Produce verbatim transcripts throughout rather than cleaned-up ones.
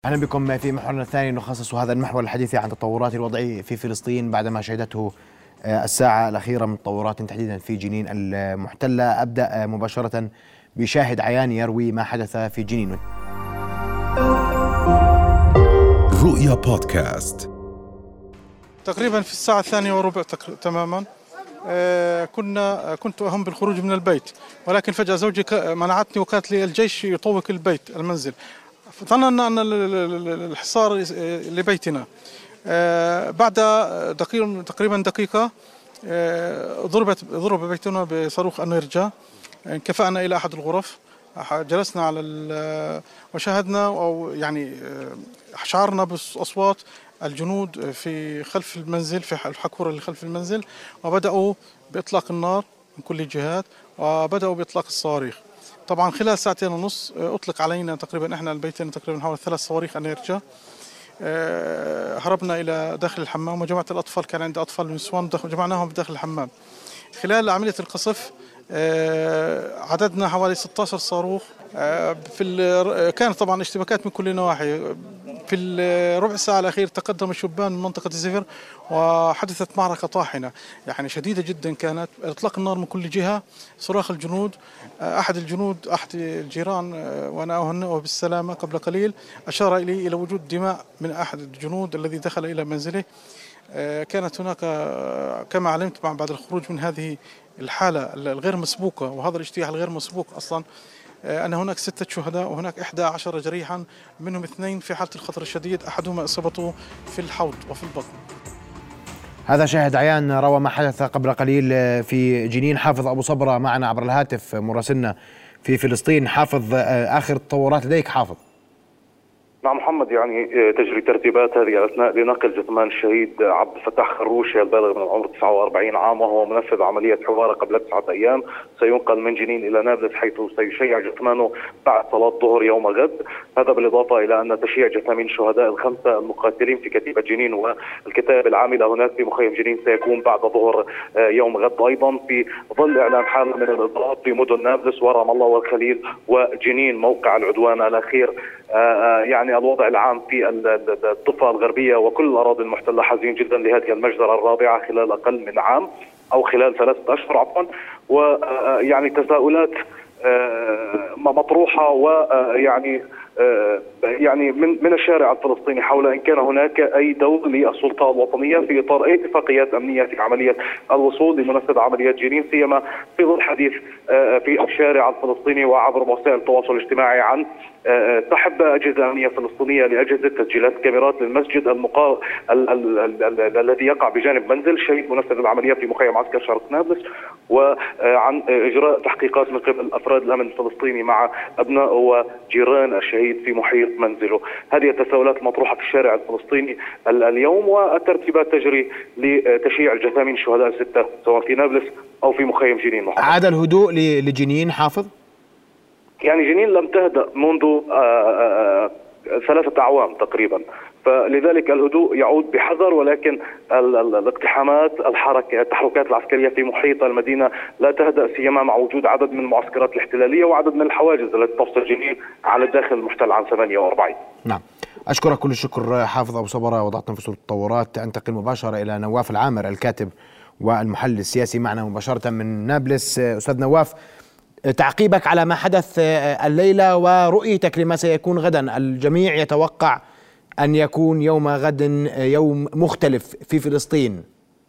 أهلا بكم في محورنا الثاني، نخصص هذا المحور الحديث عن تطورات الوضع في فلسطين بعدما شهدته الساعة الأخيرة من تطورات تحديدا في جنين المحتلة. أبدأ مباشرة بشاهد عيان يروي ما حدث في جنين. رؤيا بودكاست. تقريبا في الساعة الثانية وربع تقر... تماما آه كنا كنت أهم بالخروج من البيت، ولكن فجأة زوجي منعتني وقالت لي الجيش يطوق البيت المنزل. ظننا أن الحصار لبيتنا. بعد تقريبا دقيقة ضربت ضرب بيتنا بصاروخ أنيرجا. انكفأنا إلى أحد الغرف، جلسنا على وشاهدنا أو يعني شعرنا بأصوات الجنود في خلف المنزل، في الحكورة اللي خلف المنزل، وبدأوا بإطلاق النار من كل الجهات وبدأوا بإطلاق الصواريخ. طبعا خلال ساعتين ونص اطلق علينا تقريبا احنا البيتين تقريبا حوالي ثلاث صواريخ أنيرجا. هربنا الى داخل الحمام وجمعت الاطفال، كان عندي اطفال ونسوان جمعناهم بداخل الحمام. خلال عمليه القصف عددنا حوالي ستة عشر صاروخ. في كانت طبعا اشتباكات من كل النواحي. في الربع ساعة الأخير تقدم الشبان من منطقة الزفر وحدثت معركة طاحنة يعني شديدة جدا. كانت إطلاق النار من كل جهة، صراخ الجنود. أحد الجنود أحد الجيران وأنا أهنئه بالسلامة قبل قليل أشار إلي إلى وجود دماء من أحد الجنود الذي دخل إلى منزله. كانت هناك كما علمت بعد الخروج من هذه الحالة الغير مسبوقة وهذا الاجتياح الغير مسبوق أصلا أن هناك ستة شهداء وهناك إحدى عشر جريحا، منهم اثنين في حالة الخطر الشديد، أحدهما إصابته في الحوض وفي البطن. هذا شاهد عيان روى ما حدث قبل قليل في جنين. حافظ أبو صبرة معنا عبر الهاتف مراسلنا في فلسطين. حافظ، آخر التطورات لديك حافظ؟ نعم محمد، يعني تجري ترتيبات هذه الاثناء لنقل جثمان الشهيد عبد الفتاح خروشي البالغ من العمر تسعة وأربعين عام، وهو منفذ عمليه حواره قبل تسعه ايام. سينقل من جنين الى نابلس حيث سيشيع جثمانه بعد صلاه الظهر يوم غد. هذا بالاضافه الى ان تشييع جثامين الشهداء الخمسه المقاتلين في كتيبه جنين والكتائب العامله هناك في مخيم جنين سيكون بعد ظهر يوم غد ايضا، في ظل اعلان حاله من الاضراب في مدن نابلس ورام الله والخليل وجنين موقع العدوان الاخير. يعني الوضع العام في الضفة الغربية وكل الأراضي المحتلة حزين جدا لهذه المجزرة الرابعة خلال أقل من عام أو خلال ثلاثة أشهر عفوا. ويعني تساؤلات مطروحة ويعني يعني من من الشارع الفلسطيني حول إن كان هناك أي دور للسلطة الوطنية في إطار أي اتفاقيات أمنية في عملية الوصول لمنفذ عمليات جنين، سيما في ظل حديث في الشارع الفلسطيني وعبر وسائل التواصل الاجتماعي عن سحب أجهزة أمنية فلسطينية لأجهزة تسجيلات كاميرات للمسجد المقا الذي يقع بجانب منزل شهيد منفذ العملية في مخيم عسكر شرق نابلس، وعن إجراء تحقيقات من قبل أفراد الأمن الفلسطيني مع أبناء وجيران الشهيد في محيط منزله. هذه التساؤلات المطروحة في الشارع الفلسطيني اليوم، والترتيبات تجري لتشييع الجثامين الشهداء الستة سواء في نابلس أو في مخيم جنين. عاد الهدوء لجنين حافظ؟ يعني جنين لم تهدأ منذ آآ آآ ثلاثة أعوام تقريبا، فلذلك الهدوء يعود بحذر، ولكن الاقتحامات الحركة التحركات العسكرية في محيط المدينة لا تهدأ، سيما مع وجود عدد من المعسكرات الاحتلالية وعدد من الحواجز التي تفصل جنين عن الداخل المحتل عام ثمانية وأربعين. نعم، أشكرك كل الشكر حافظ أبو صبرة، وضعتنا في صورة التطورات. أنتقل مباشرة إلى نواف العامر الكاتب والمحلل السياسي معنا مباشرة من نابلس. أستاذ نواف، تعقيبك على ما حدث الليلة ورؤيتك لما سيكون غدا. الجميع يتوقع أن يكون يوم غد يوم مختلف في فلسطين.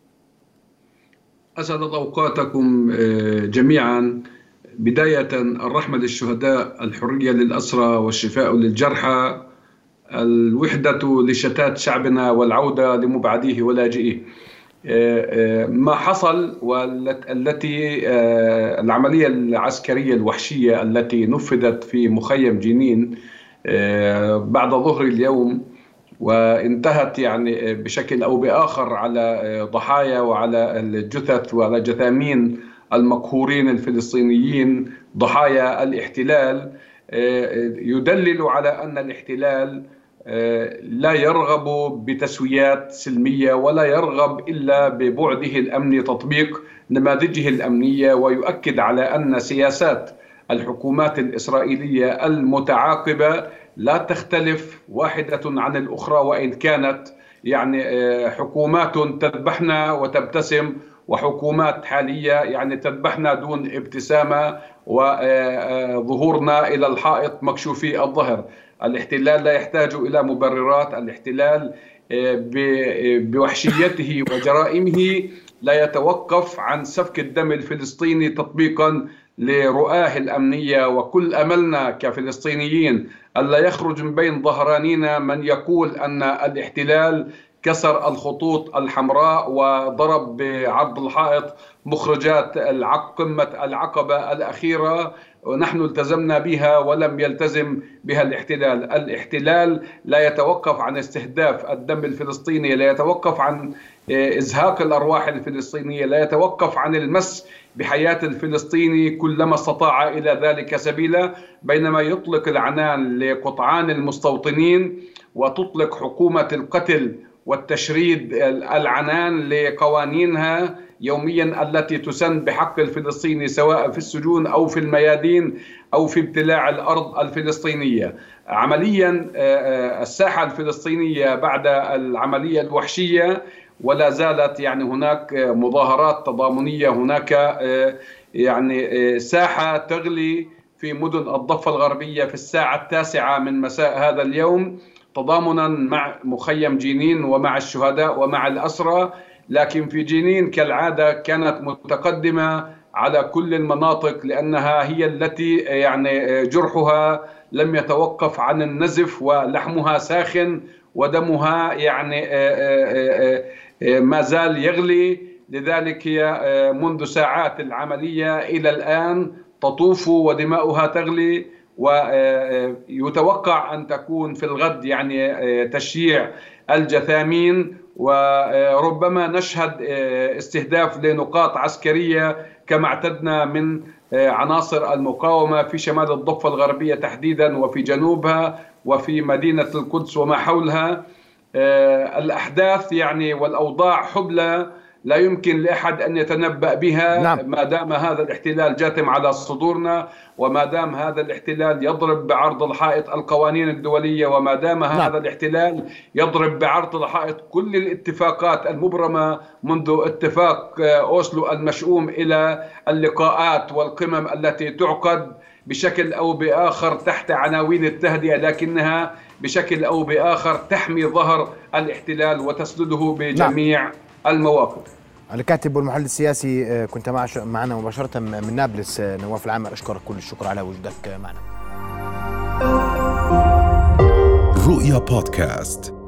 أسعد الله أوقاتكم جميعا. بداية الرحمة للشهداء، الحرية للأسرى، والشفاء للجرحى، الوحدة لشتات شعبنا، والعودة لمبعديه ولاجئيه. ما حصل والتي العملية العسكرية الوحشية التي نفذت في مخيم جنين بعد ظهر اليوم وانتهت يعني بشكل أو بآخر على ضحايا وعلى الجثث وعلى جثامين المقهورين الفلسطينيين ضحايا الاحتلال، يدلل على أن الاحتلال لا يرغب بتسويات سلمية ولا يرغب إلا ببعده الأمني تطبيق نماذجه الأمنية، ويؤكد على أن سياسات الحكومات الإسرائيلية المتعاقبة لا تختلف واحدة عن الأخرى، وإن كانت يعني حكومات تذبحنا وتبتسم، وحكومات حالية يعني تذبحنا دون ابتسامة، وظهورنا إلى الحائط مكشوفي الظهر. الاحتلال لا يحتاج إلى مبررات، الاحتلال بوحشيته وجرائمه لا يتوقف عن سفك الدم الفلسطيني تطبيقا لرؤاه الأمنية. وكل أملنا كفلسطينيين ألا يخرج من بين ظهرانينا من يقول أن الاحتلال كسر الخطوط الحمراء وضرب بعرض الحائط مخرجات قمة العقبة الأخيرة ونحن التزمنا بها ولم يلتزم بها الاحتلال. الاحتلال لا يتوقف عن استهداف الدم الفلسطيني، لا يتوقف عن إزهاق الأرواح الفلسطينية، لا يتوقف عن المس بحياة الفلسطيني كلما استطاع إلى ذلك سبيلا، بينما يطلق العنان لقطعان المستوطنين وتطلق حكومة القتل والتشريد العنان لقوانينها يوميا التي تسن بحق الفلسطيني سواء في السجون أو في الميادين أو في ابتلاع الأرض الفلسطينية. عمليا الساحة الفلسطينية بعد العملية الوحشية ولا زالت يعني هناك مظاهرات تضامنية، هناك يعني ساحة تغلي في مدن الضفة الغربية في الساعة التاسعة من مساء هذا اليوم تضامنا مع مخيم جنين ومع الشهداء ومع الأسرى. لكن في جنين كالعادة كانت متقدمة على كل المناطق لأنها هي التي يعني جرحها لم يتوقف عن النزف ولحمها ساخن ودمها يعني ما زال يغلي. لذلك هي منذ ساعات العملية إلى الآن تطوف ودماؤها تغلي، ويتوقع أن تكون في الغد يعني تشييع الجثامين، وربما نشهد استهداف لنقاط عسكرية كما اعتدنا من عناصر المقاومة في شمال الضفة الغربية تحديدا وفي جنوبها وفي مدينة القدس وما حولها. الأحداث يعني والأوضاع حبلى لا يمكن لأحد أن يتنبأ بها. نعم. ما دام هذا الاحتلال جاثم على صدورنا، وما دام هذا الاحتلال يضرب بعرض الحائط القوانين الدولية، وما دام هذا نعم. الاحتلال يضرب بعرض الحائط كل الاتفاقات المبرمة منذ اتفاق أوسلو المشؤوم إلى اللقاءات والقمم التي تعقد بشكل أو بآخر تحت عناوين التهدئة، لكنها بشكل أو بآخر تحمي ظهر الاحتلال وتسدده بجميع نعم. المواقف. الكاتب والمحلل السياسي كنت معنا مباشرة من نابلس نواف العامر، أشكرك كل الشكر على وجودك معنا. رؤيا بودكاست.